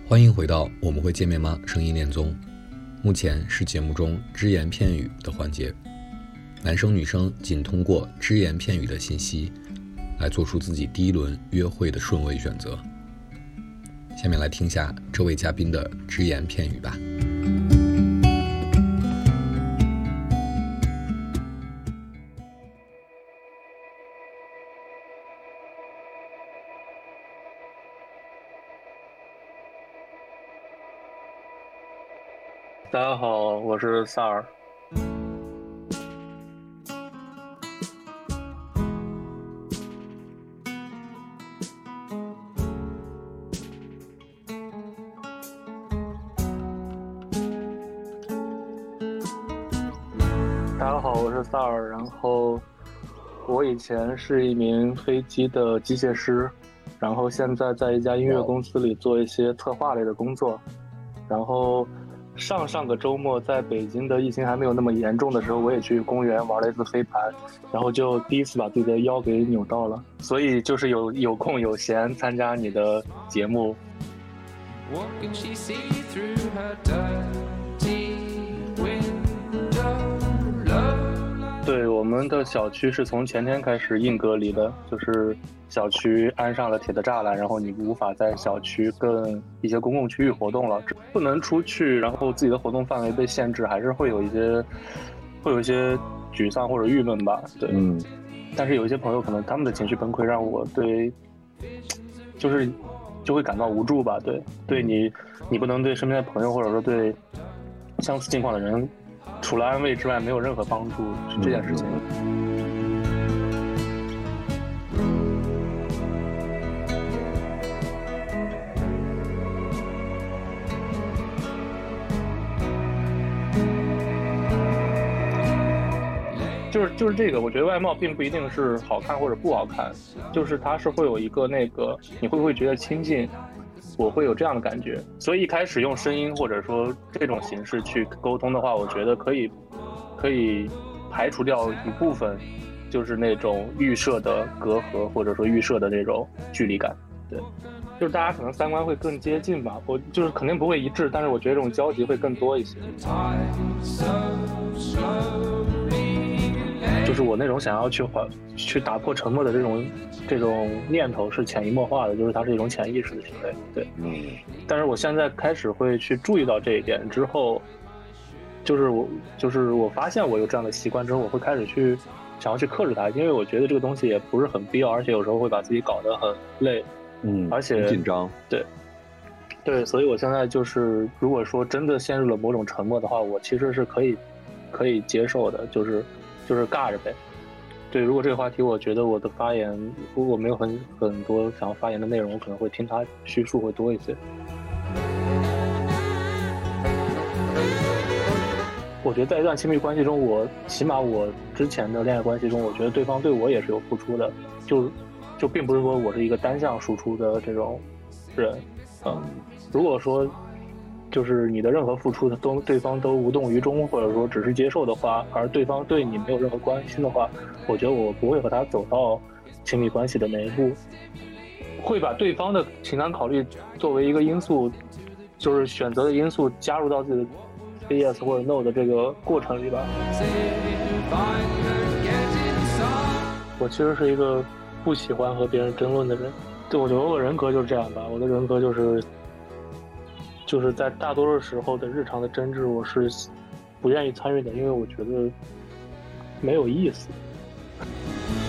欢迎回到我们会见面吗声音恋综，目前是节目中只言片语的环节，男生女生仅通过只言片语的信息来做出自己第一轮约会的顺位选择。下面来听下这位嘉宾的只言片语吧。 大家好，我是萨尔。大家好，我是萨尔。然后我以前是一名飞机的机械师，然后现在在一家音乐公司里做一些策划类的工作。然后上个周末在北京的疫情还没有那么严重的时候，我也去公园玩了一次飞盘，然后就第一次把自己的腰给扭到了，所以就是有空有闲参加你的节目。对，我们的小区是从前天开始硬隔离的，就是小区安上了铁的栅栏，然后你无法在小区跟一些公共区域活动了，不能出去，然后自己的活动范围被限制，还是会有一些沮丧或者郁闷吧。对，但是有一些朋友可能他们的情绪崩溃让我对，就会感到无助吧。对你不能对身边的朋友或者说对相似境况的人，除了安慰之外没有任何帮助，是这件事情。就是这个，我觉得外貌并不一定是好看或者不好看，就是它是会有一个那个，你会不会觉得亲近？我会有这样的感觉，所以一开始用声音或者说这种形式去沟通的话，我觉得可以排除掉一部分，就是那种预设的隔阂或者说预设的这种距离感。对，就是大家可能三观会更接近吧，我就是肯定不会一致，但是我觉得这种交集会更多一些。就是我那种想要去打破沉默的这种念头是潜移默化的，就是它是一种潜意识的行为。对，但是我现在开始会去注意到这一点之后，就是我发现我有这样的习惯之后，我会开始想要去克制它，因为我觉得这个东西也不是很必要，而且有时候会把自己搞得很累，而且很紧张。 对，所以我现在就是如果说真的陷入了某种沉默的话，我其实是可以接受的，就是尬着呗。对，如果这个话题我觉得我的发言如果没有很多想要发言的内容，我可能会听他叙述会多一些。我觉得在一段亲密关系中，起码我之前的恋爱关系中，我觉得对方对我也是有付出的，就并不是说我是一个单向输出的这种人。如果说就是你的任何付出的对方都无动于衷，或者说只是接受的话，而对方对你没有任何关心的话，我觉得我不会和他走到亲密关系的那一步，会把对方的情感考虑作为一个因素，就是选择的因素加入到自己的 yes 或者 no 的这个过程里吧。我其实是一个不喜欢和别人争论的人，对，我觉得我的人格就是这样吧，我的人格就是在大多数时候的日常的争执，我是不愿意参与的，因为我觉得没有意思。